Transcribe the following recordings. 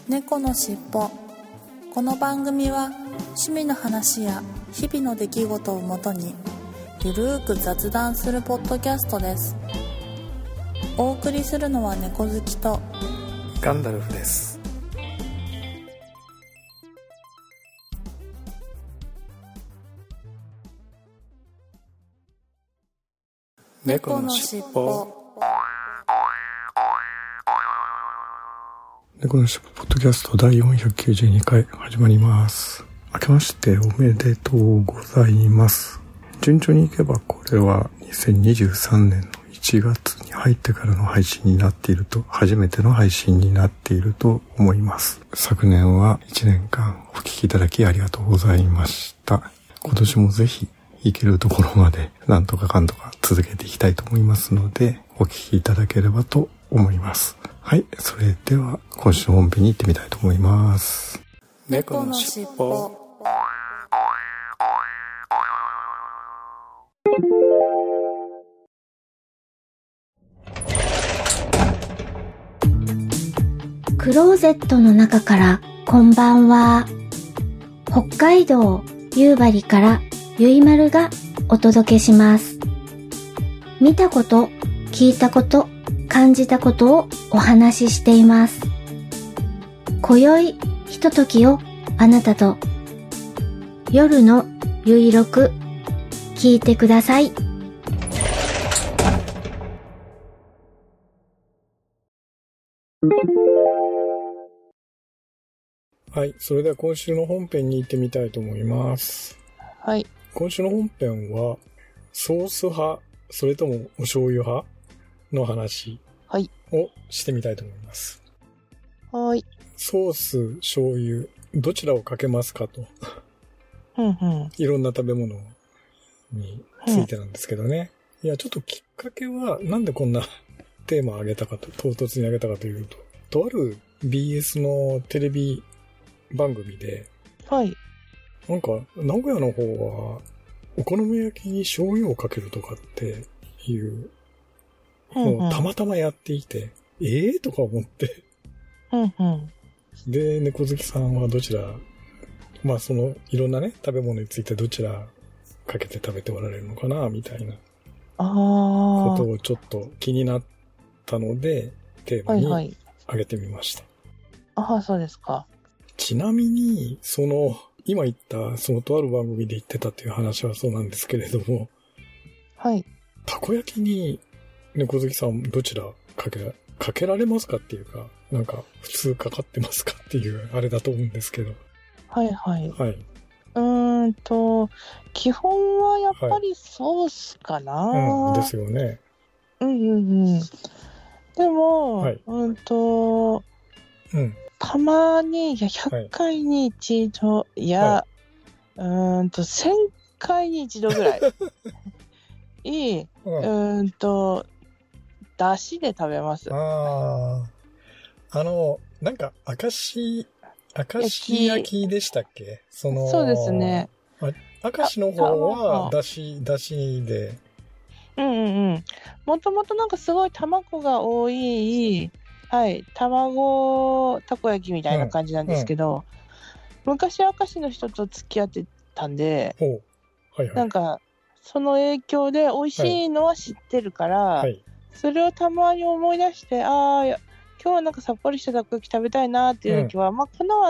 猫のしっぽ。この番組は趣味の話や日々の出来事をもとにゆるーく雑談するポッドキャストです。お送りするのは猫好きとガンダルフです。 猫のしっぽ。 猫のしっぽポッドキャスト第492回始まります。明けましておめでとうございます。順調にいけばこれは2023年の1月に入ってからの配信になっていると、初めての配信になっていると思います。昨年は1年間お聞きいただきありがとうございました。今年もぜひ行けるところまでなんとかかんとか続けていきたいと思いますので、お聞きいただければと思います。はい、それでは今週の本編に行ってみたいと思います。 猫のしっぽ。 クローゼットの中からこんばんは。北海道夕張からゆいまるがお届けします。見たこと、聞いたこと、感じたことをお話ししています。今宵ひとときをあなたと。夜のゆいろく聞いてください。 はい、それでは今週の本編に行ってみたいと思います。 はい。 今週の本編はソース派、それともお醤油派の話をしてみたいと思います。 はい。 ソース、醤油、どちらをかけますかと。いろんな食べ物についてなんですけどね。いや、ちょっときっかけは、なんでこんなテーマを挙げたかと、唐突に挙げたかというと、とある BS のテレビ番組で、 はい。 なんか、名古屋の方は、お好み焼きに醤油をかけるとかっていうのをたまたまやっていて、とか思って。で、猫好きさんはどちら、まあその、いろんなね、食べ物についてどちらかけて食べておられるのかな、みたいなことをちょっと気になったので、テーマに挙げてみました。 そうですか。 ちなみに、今言った、そのとある番組で言ってたっていう話はそうなんですけれども、 はい。 たこ焼きに猫好きさんどちらかけられますかっていうか、なんか普通かかってますかっていうあれだと思うんですけど。 はい。基本はやっぱりソースかな。 ですよね。 でも、たまに、100回に一度、1000回に一度ぐらい、だしで食べます。 なんか、明石焼きでしたっけ？ そうですね。 明石の方は、だしで。 もともとなんかすごい卵が多い、卵たこ焼きみたいな感じなんですけど、昔明石の人と付き合ってたんで、なんかその影響で美味しいのは知ってるから、それをたまに思い出して、今日はなんかさっぱりしたたこ焼き食べたいなっていう時は、粉は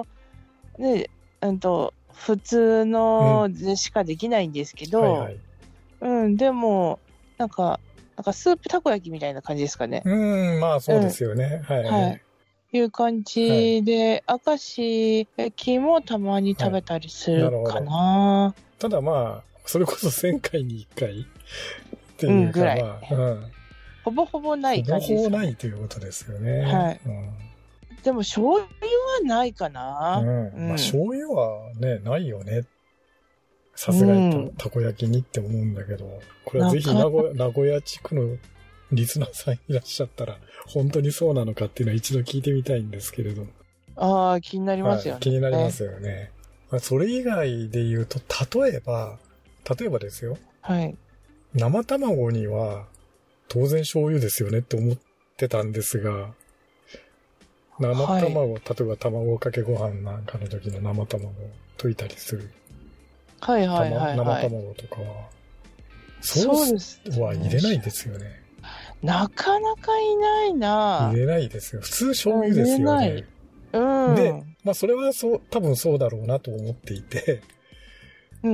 普通のでしかできないんですけど、でもなんかスープたこ焼きみたいな感じですかね。 まあそうですよね。 いう感じで、明石焼きもたまに食べたりするかな。 ただまあ、それこそ1000回に1回っていうか、 ぐらい。ほぼほぼない感じです。 ほぼほぼないということですよね。 でも醤油はないかな。 醤油はね、ないよね。さすがにたこ焼きにって思うんだけど、これはぜひ名古屋地区のリスナーさんいらっしゃったら、本当にそうなのかっていうのは一度聞いてみたいんですけれど。 気になりますよね。 気になりますよね。それ以外で言うと、例えばですよ。生卵には当然醤油ですよねって思ってたんですが、 生卵、例えば卵かけご飯なんかの時の生卵を溶いたりする。 はいはいはい、 生卵とかは、ソースは入れないですよね。 なかなかいないな。 入れないですよ。普通醤油ですよね。 うん。 で、まあそれは多分そうだろうなと思っていて、 うん、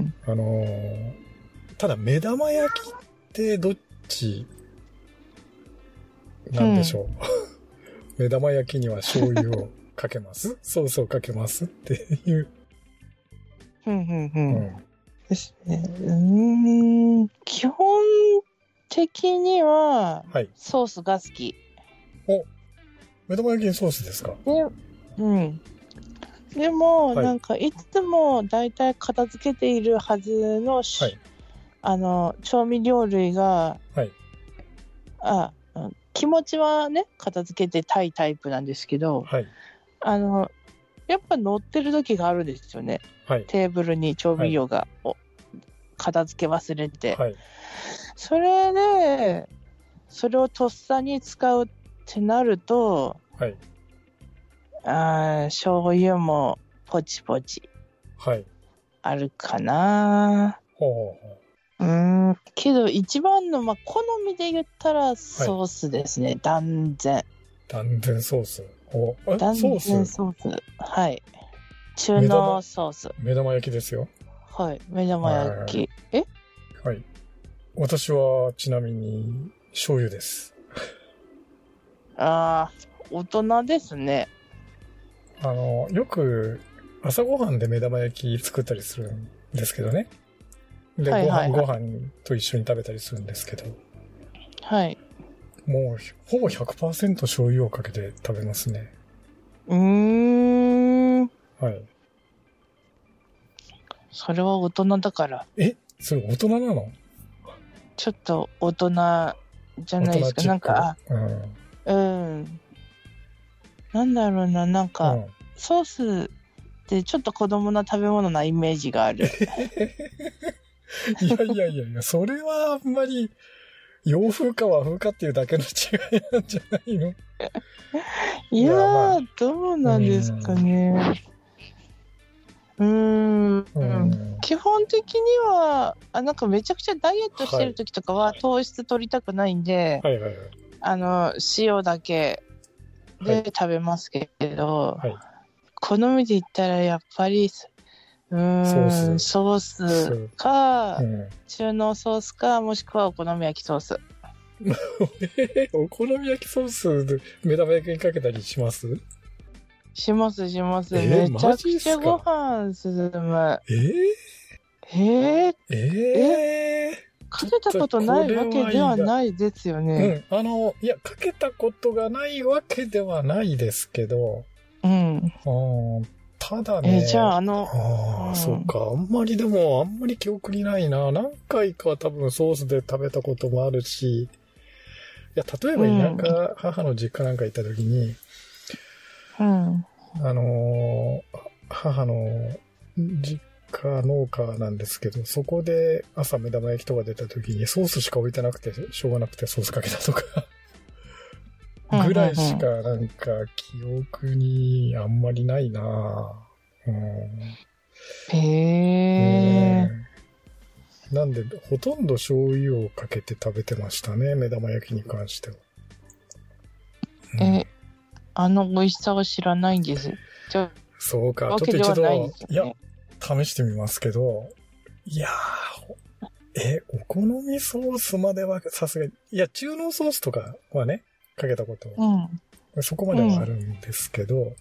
まあ、ただ目玉焼きってどっちなんでしょう。目玉焼きには醤油をかけますソースをかけますっていう。 ですね。基本的には、ソースが好き。 お、目玉焼きにソースですか？ でも、なんか、いつもだいたい片付けているはずの、調味料類が、気持ちはね、片付けてたいタイプなんですけど、やっぱ乗ってる時があるんですよね。テーブルに調味料が、片付け忘れて。それで、それをとっさに使うってなると、醤油もポチポチ。あるかな。けど一番の、好みで言ったらソースですね。断然。 断然ソース。 断然ソース。はい。中濃ソース。 目玉焼きですよ。 はい。目玉焼き。 はい。私はちなみに醤油です。 大人ですね。 よく朝ごはんで目玉焼き作ったりするんですけどね。で、ご飯と一緒に食べたりするんですけど。もう、ほぼ 100% 醤油をかけて食べますね。 それは大人だから。 それ大人なの？ ちょっと大人じゃないですか。なんか、なんだろうな、なんか、ソースってちょっと子供な食べ物なイメージがある。 いや、それはあんまり洋風か和風かっていうだけの違いなんじゃないの？ いやどうなんですかね。基本的には、なんかめちゃくちゃダイエットしてる時とかは糖質取りたくないんで、塩だけで食べますけど、好みで言ったらやっぱり、ソースか、中濃ソースか、もしくはお好み焼きソース。 お好み焼きソースで目玉焼きにかけたりします？ します。めちゃくちゃご飯進む。かけたことないわけではないですよね。 いや、かけたことがないわけではないですけど、ただね。 じゃあそうか。あんまり記憶にないな。何回か多分ソースで食べたこともあるし、いや、例えば田舎、母の実家なんか行った時に、母の実家農家なんですけど、そこで朝目玉焼きとか出た時にソースしか置いてなくて、しょうがなくてソースかけたとか、ぐらいしかなんか記憶にあんまりないな。なんで、ほとんど醤油をかけて食べてましたね、目玉焼きに関しては。 美味しさを知らないんです。 そうか、ちょっと一度、試してみますけど、お好みソースまではさすがに、中濃ソースとかはね、かけたことは、そこまではあるんですけど、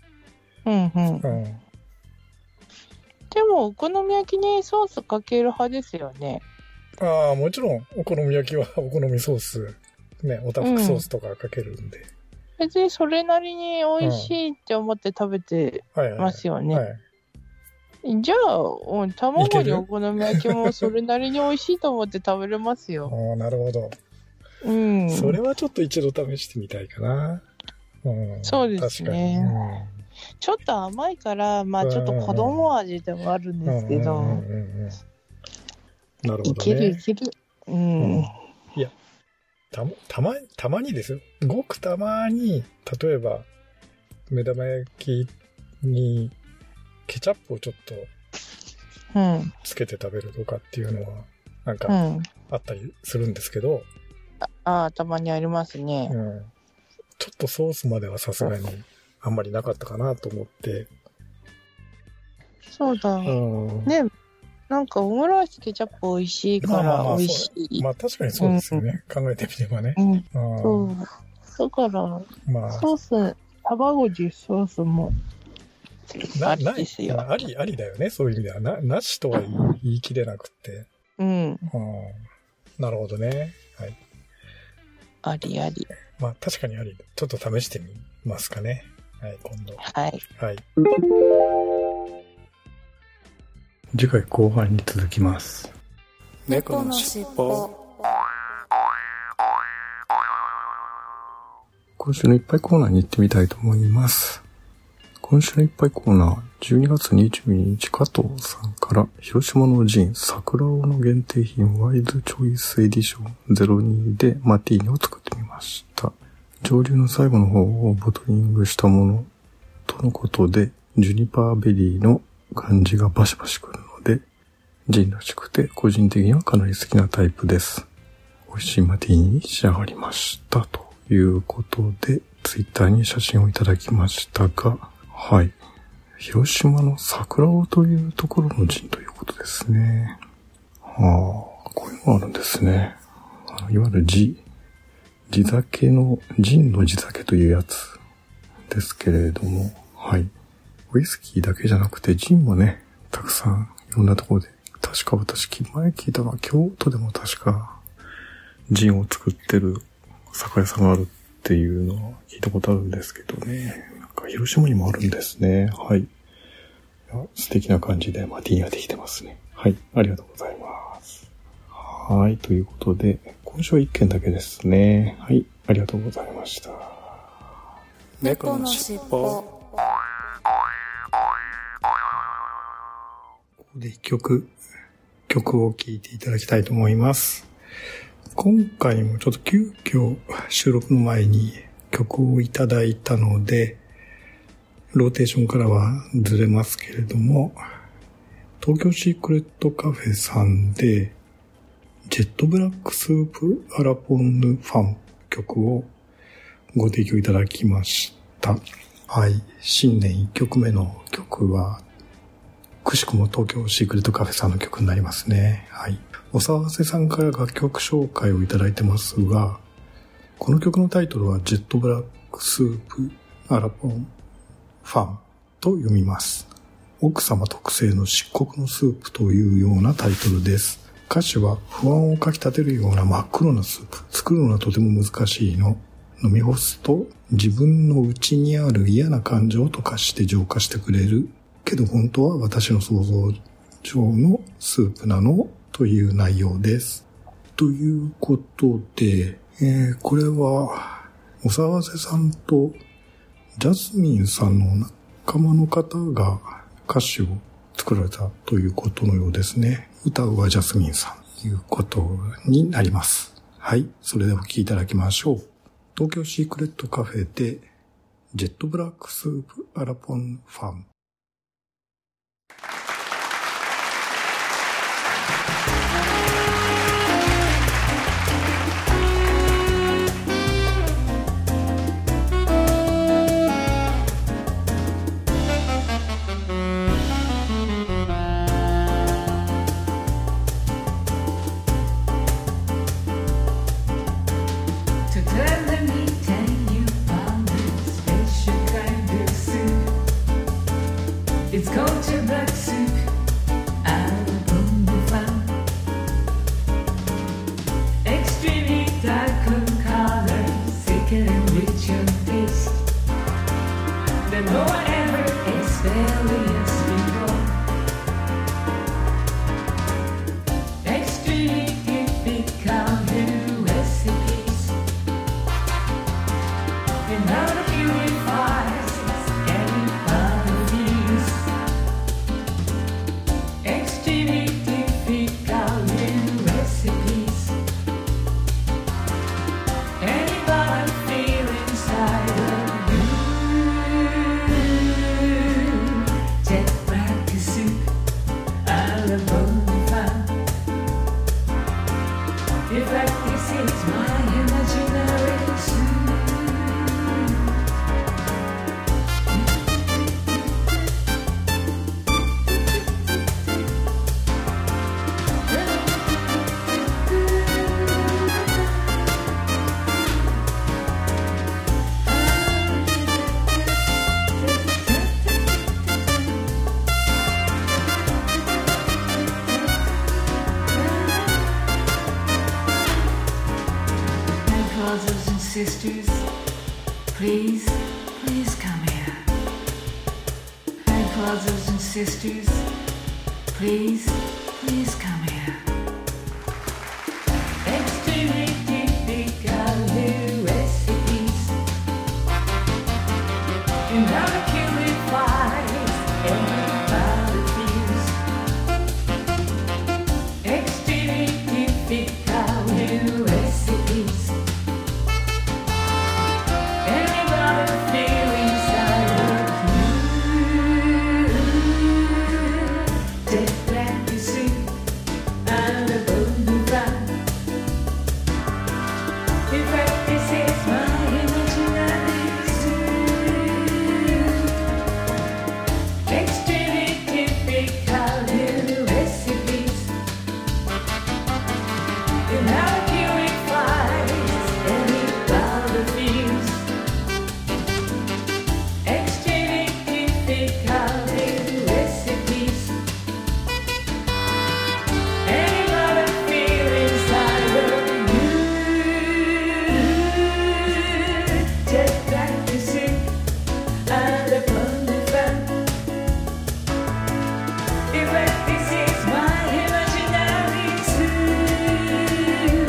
でも、お好み焼きにソースかける派ですよね。 もちろん、お好み焼きはお好みソース、ね、おたふくソースとかかけるんで。 別にそれなりに美味しいって思って食べてますよね。じゃあ、卵にお好み焼きもそれなりに美味しいと思って食べれますよ。 なるほど。それはちょっと一度試してみたいかな。 そうですね。ちょっと甘いから、ちょっと子供味でもあるんですけど。 なるほどね。いける。 いや、たまにですよ。ごくたまに、例えば、 目玉焼きにケチャップをちょっとつけて食べるとかっていうのはなんかあったりするんですけど、 たまにありますね。 ちょっとソースまではさすがにあんまりなかったかなと思って。 そうだ。ね、なんかオムライスケチャップ美味しいから美味しい。 まあ確かにそうですよね。考えてみればね。 そう。だから、ソース、卵実ソースもありですよ。 ありだよね。そういう意味では。なしとは言い切れなくって。なるほどね。はい。 あり。 まあ確かにあり。ちょっと試してみますかね。はい、今度。 はい。 次回後半に続きます。猫のしっぽ。今週のいっぱいコーナーに行ってみたいと思います。今週のいっぱいコーナー、12月22日加藤さんから広島のジン桜尾の限定品ワイズチョイスエディション02でマティーニを作ってみました。蒸留の最後の方をボトリングしたものとのことで、ジュニパーベリーの感じがバシバシくるので、ジンらしくて個人的にはかなり好きなタイプです。美味しいマティーニに仕上がりましたということで、ツイッターに写真をいただきましたが、はい。広島の桜尾というところのジンということですね。こういうのがあるんですね。いわゆる地酒の、ジンの地酒というやつですけれども、はい。ウイスキーだけじゃなくてジンもね、たくさんいろんなところで、確か私前聞いたのは京都でも確かジンを作ってる酒屋さんがあるっていうのは聞いたことあるんですけどね。なんか広島にもあるんですね。はい。素敵な感じでマティーニができてますね。はい。ありがとうございます。はい。ということで、今週は1件だけですね。はい。ありがとうございました。猫のしっぽ。ここで一曲を聴いていただきたいと思います。今回もちょっと急遽収録の前に曲をいただいたので、ローテーションからはずれますけれども、東京シークレットカフェさんで、ジェットブラックスープアラポンヌファン曲をご提供いただきました。はい。新年1曲目の曲は、くしくも東京シークレットカフェさんの曲になりますね。はい。お騒がせさんから楽曲紹介をいただいてますが、この曲のタイトルはジェットブラックスープアラポンファンと読みます。奥様特製の漆黒のスープというようなタイトルです。歌詞は不安をかき立てるような真っ黒なスープ。作るのはとても難しいの。飲み干すと自分の内にある嫌な感情を溶かして浄化してくれる。けど本当は私の想像上のスープなのという内容です。ということで、これはお騒がせさんとジャスミンさんの仲間の方が歌詞を作られたということのようですね。歌うはジャスミンさんということになります。はい。それではお聴きいただきましょう。東京シークレットカフェでジェットブラックスープアラポンファン。 Anybody feel inside of you? sisters, please, please come here. My brothers and sisters, please, please come here. Extremely typical new recipes, and how to purify everybody feels. Extremely typical new recipes. Everybody feel inside of you. Just practicing and a golden fun. In fact, this is my imaginary zoo. Extremely typical new recipes. And how it purifies any powder feels. Extremely typical new recipes. Anybody feel inside of you. Just practicing and upon the fun. In fact, this is my imaginary zoo.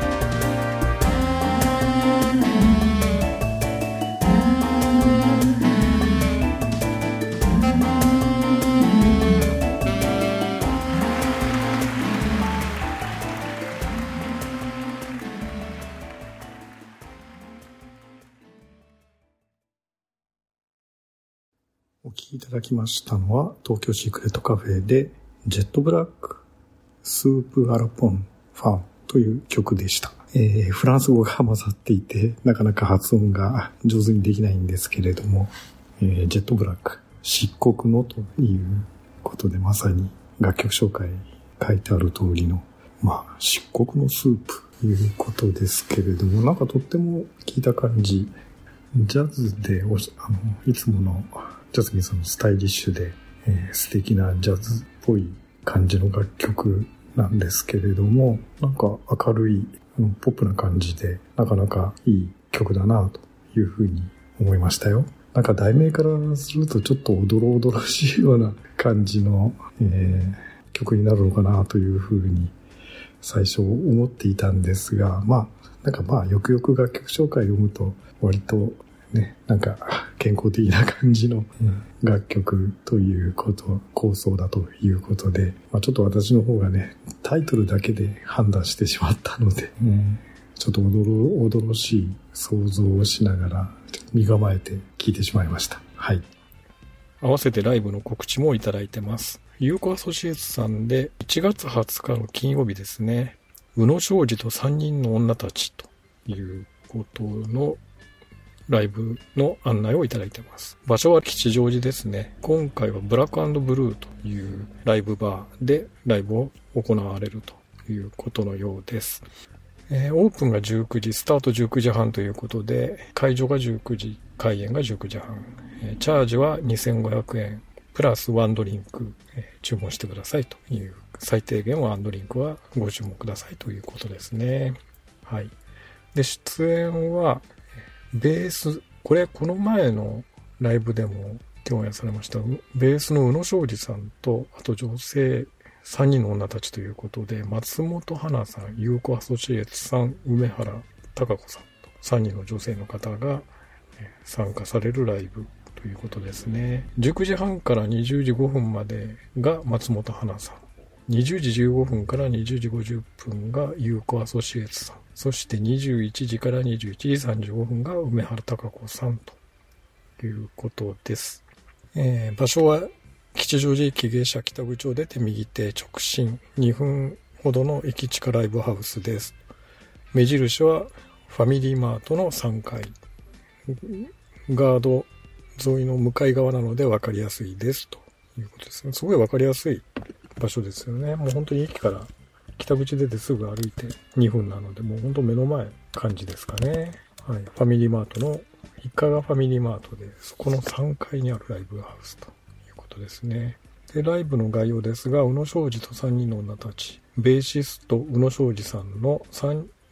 お聴きいただきましたのは、東京シークレットカフェで、ジェットブラックスープアラポンファンという曲でした。フランス語が混ざっていて、なかなか発音が上手にできないんですけれども、ジェットブラック、漆黒のということで、まさに楽曲紹介書いてある通りの、漆黒のスープということですけれども、なんかとっても聞いた感じ、ジャズでいつものジャズミンさんのスタイリッシュで、素敵なジャズっぽい感じの楽曲なんですけれども、なんか明るいポップな感じでなかなかいい曲だなというふうに思いましたよ。なんか題名からするとちょっとおどろおどろしいような感じの、曲になるのかなというふうに最初思っていたんですが、よくよく楽曲紹介を読むと割とね、なんか健康的な感じの楽曲ということ、構想だということで、ちょっと私の方がね、タイトルだけで判断してしまったので、ちょっとおどろしい想像をしながら身構えて聞いてしまいました。はい。 合わせてライブの告知もいただいてます。ユーコアソシエツさんで1月20日の金曜日ですね、宇野昌司と3人の女たちということのライブの案内をいただいています。場所は吉祥寺ですね。今回はブラック&ブルーというライブバーでライブを行われるということのようです。オープンが19時、スタート19時半ということで、会場が19時、開演が19時半。チャージは2500円、プラスワンドリンク、注文してくださいという、最低限ワンドリンクはご注文くださいということですね。はい。で、出演は、ベース、この前のライブでも共演されました、ベースの宇野昌司さんと、あと女性3人の女たちということで、松本花さん、ユーコアソシエツさん、梅原貴子さんと3人の女性の方が参加されるライブということですね。19時半から20時5分までが松本花さん、20時15分から20時50分がユーコアソシエツさん、そして21時から21時35分が梅原貴子さんということです。場所は吉祥寺駅芸者北口を出て右手直進2分ほどの駅地下ライブハウスです。目印はファミリーマートの3階。ガード沿いの向かい側なので分かりやすいですということですね。すごい分かりやすい場所ですよね。もう本当に駅から北口出てすぐ歩いて2分なので、もう本当目の前感じですかね。はい。ファミリーマートの、1階がファミリーマートで、そこの3階にあるライブハウスということですね。で、ライブの概要ですが、宇野昌司と3人の女たち、ベーシスト宇野昌司さんの3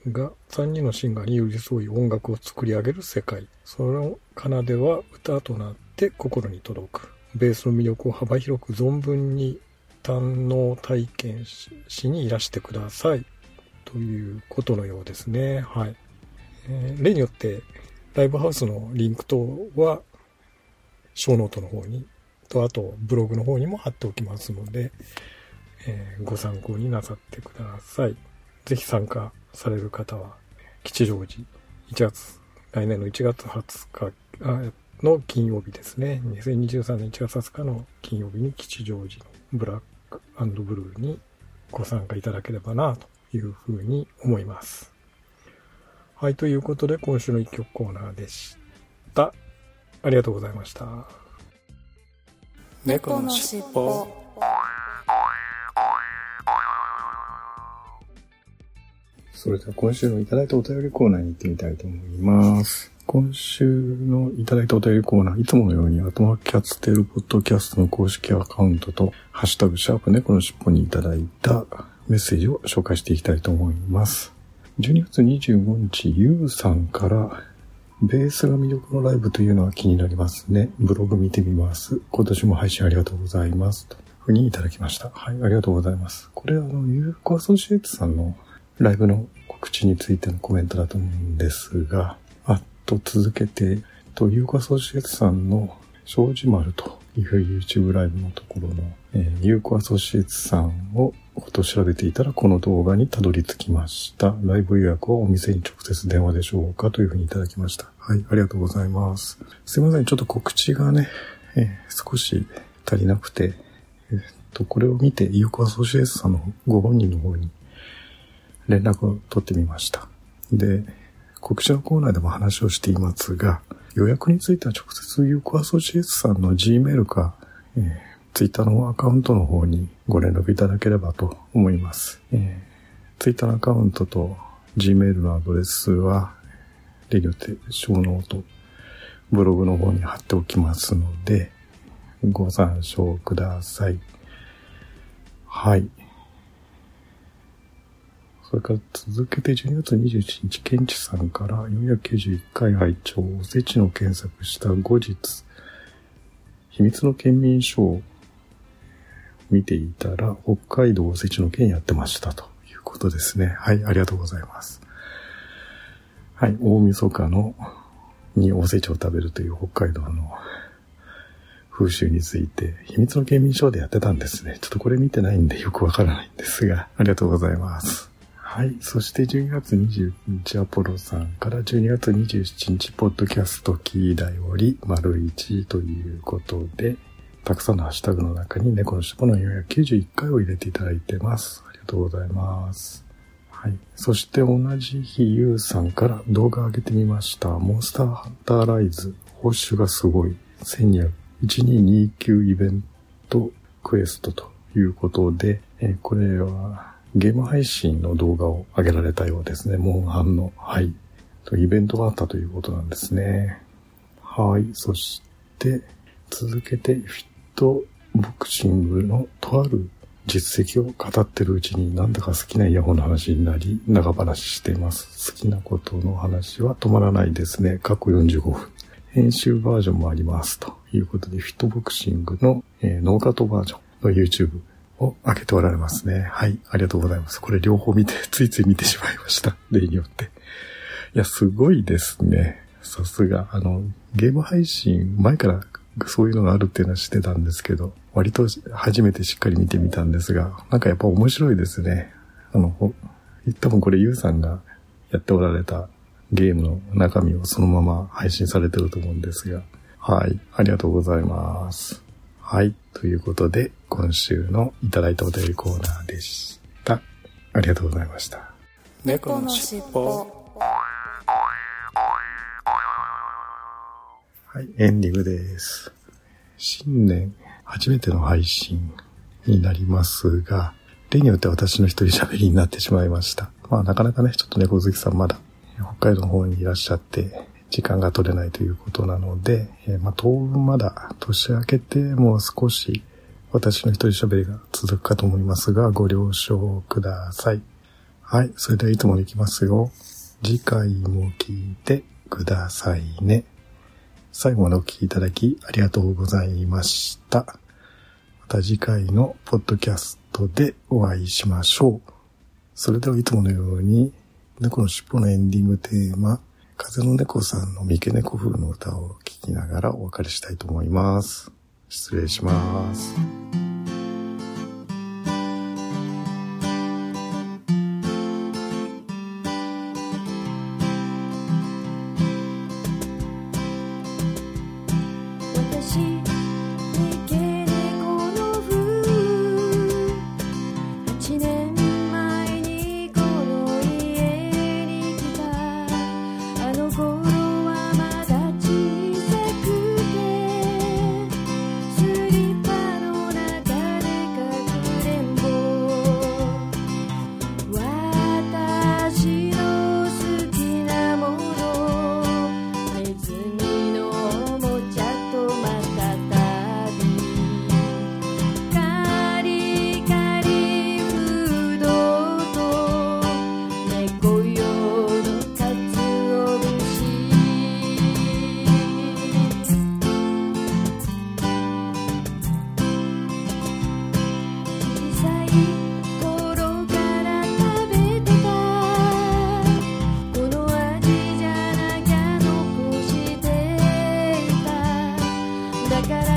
が3人のシンガーに寄り添い音楽を作り上げる世界。その奏では歌となって心に届く。ベースの魅力を幅広く存分に堪能体験しにいらしてください。ということのようですね。はい。例によってライブハウスのリンク等はショーノートの方にと、あとブログの方にも貼っておきますので、ご参考になさってください。ぜひ参加される方は吉祥寺来年の1月20日の金曜日ですね。2023年1月20日の金曜日に吉祥寺のブラック&ブルーにご参加いただければなというふうに思います。はい、ということで今週の一曲コーナーでした。ありがとうございました。猫のしっぽ。 それでは今週のいただいたお便りコーナーに行ってみたいと思います。今週のいただいたお便りコーナー、いつものようにキャッツテールポッドキャストの公式アカウントとハッシュタグシャープ猫のしっぽにいただいたメッセージを紹介していきたいと思います。12月25日、ゆうさんから、ベースが魅力のライブというのは気になりますね。ブログ見てみます。今年も配信ありがとうございます。というふうにいただきました。はい、ありがとうございます。これゆうこアソシエイツさんのライブの告知についてのコメントだと思うんですが、続けて、ゆうこアソシエイツさんの庄司丸という YouTube ライブのところの、ゆうこアソシエイツさんを調べていたらこの動画にたどり着きました。ライブ予約はお店に直接電話でしょうかというふうにいただきました。はい、ありがとうございます。すいません、ちょっと告知がね、少し足りなくて、これを見て、ゆうこアソシエイツさんのご本人の方に連絡を取ってみました。で、告知のコーナーでも話をしていますが、予約については直接ゆうこアソシエイツさんの Gmail か、Twitter のアカウントの方にご連絡いただければと思います。Twitter のアカウントと Gmail のアドレスは、例によってショーノート、ブログの方に貼っておきますので、ご参照ください。はい。それから続けて12月21日、ケンチさんから491回拝聴おせちの検索した後日、秘密の県民賞を見ていたら、北海道おせちの県やってましたということですね。はい、ありがとうございます。はい、大晦日におせちを食べるという北海道の風習について、秘密の県民賞でやってたんですね。ちょっとこれ見てないんでよくわからないんですが、ありがとうございます。はい。そして12月29日アポロさんから12月27日ポッドキャストキーだより1ということで、たくさんのハッシュタグの中に猫のしっぽの491回を入れていただいてます。ありがとうございます。はい。そして同じ日ゆうさんから動画上げてみました。モンスターハンターライズ報酬がすごい1229イベントクエストということで、これはゲーム配信の動画を上げられたようですね。モンハンの。はい。イベントがあったということなんですね。はい。そして、続けて、フィットボクシングのとある実績を語ってるうちになんだか好きなイヤホンの話になり、長話しています。好きなことの話は止まらないですね。過去45分。編集バージョンもあります。ということで、フィットボクシングの、ノーカットバージョンの YouTube。を開けておられますね。はい。ありがとうございます。これ両方見て、ついつい見てしまいました。例によって。いや、すごいですね。さすが。ゲーム配信、前からそういうのがあるっていうのは知ってたんですけど、割と初めてしっかり見てみたんですが、なんかやっぱ面白いですね。多分これユウさんがやっておられたゲームの中身をそのまま配信されてると思うんですが、はい。ありがとうございます。はい。ということで、今週のいただいたお便りコーナーでした。ありがとうございました。 猫のしっぽ。 はい、エンディングです。新年初めての配信になりますが、例によって私の一人喋りになってしまいました。なかなかね、ちょっと猫好きさんまだ北海道の方にいらっしゃって、時間が取れないということなので、当分まだ年明けてもう少し私の一人喋りが続くかと思いますが、ご了承ください。 はい、それではいつもでいきますよ。次回も聞いてくださいね。最後までお聞きいただきありがとうございました。また次回のポッドキャストでお会いしましょう。それではいつものように、猫のしっぽのエンディングテーマ、風の猫さんの三毛猫風の歌を聞きながらお別れしたいと思います。失礼します。 だから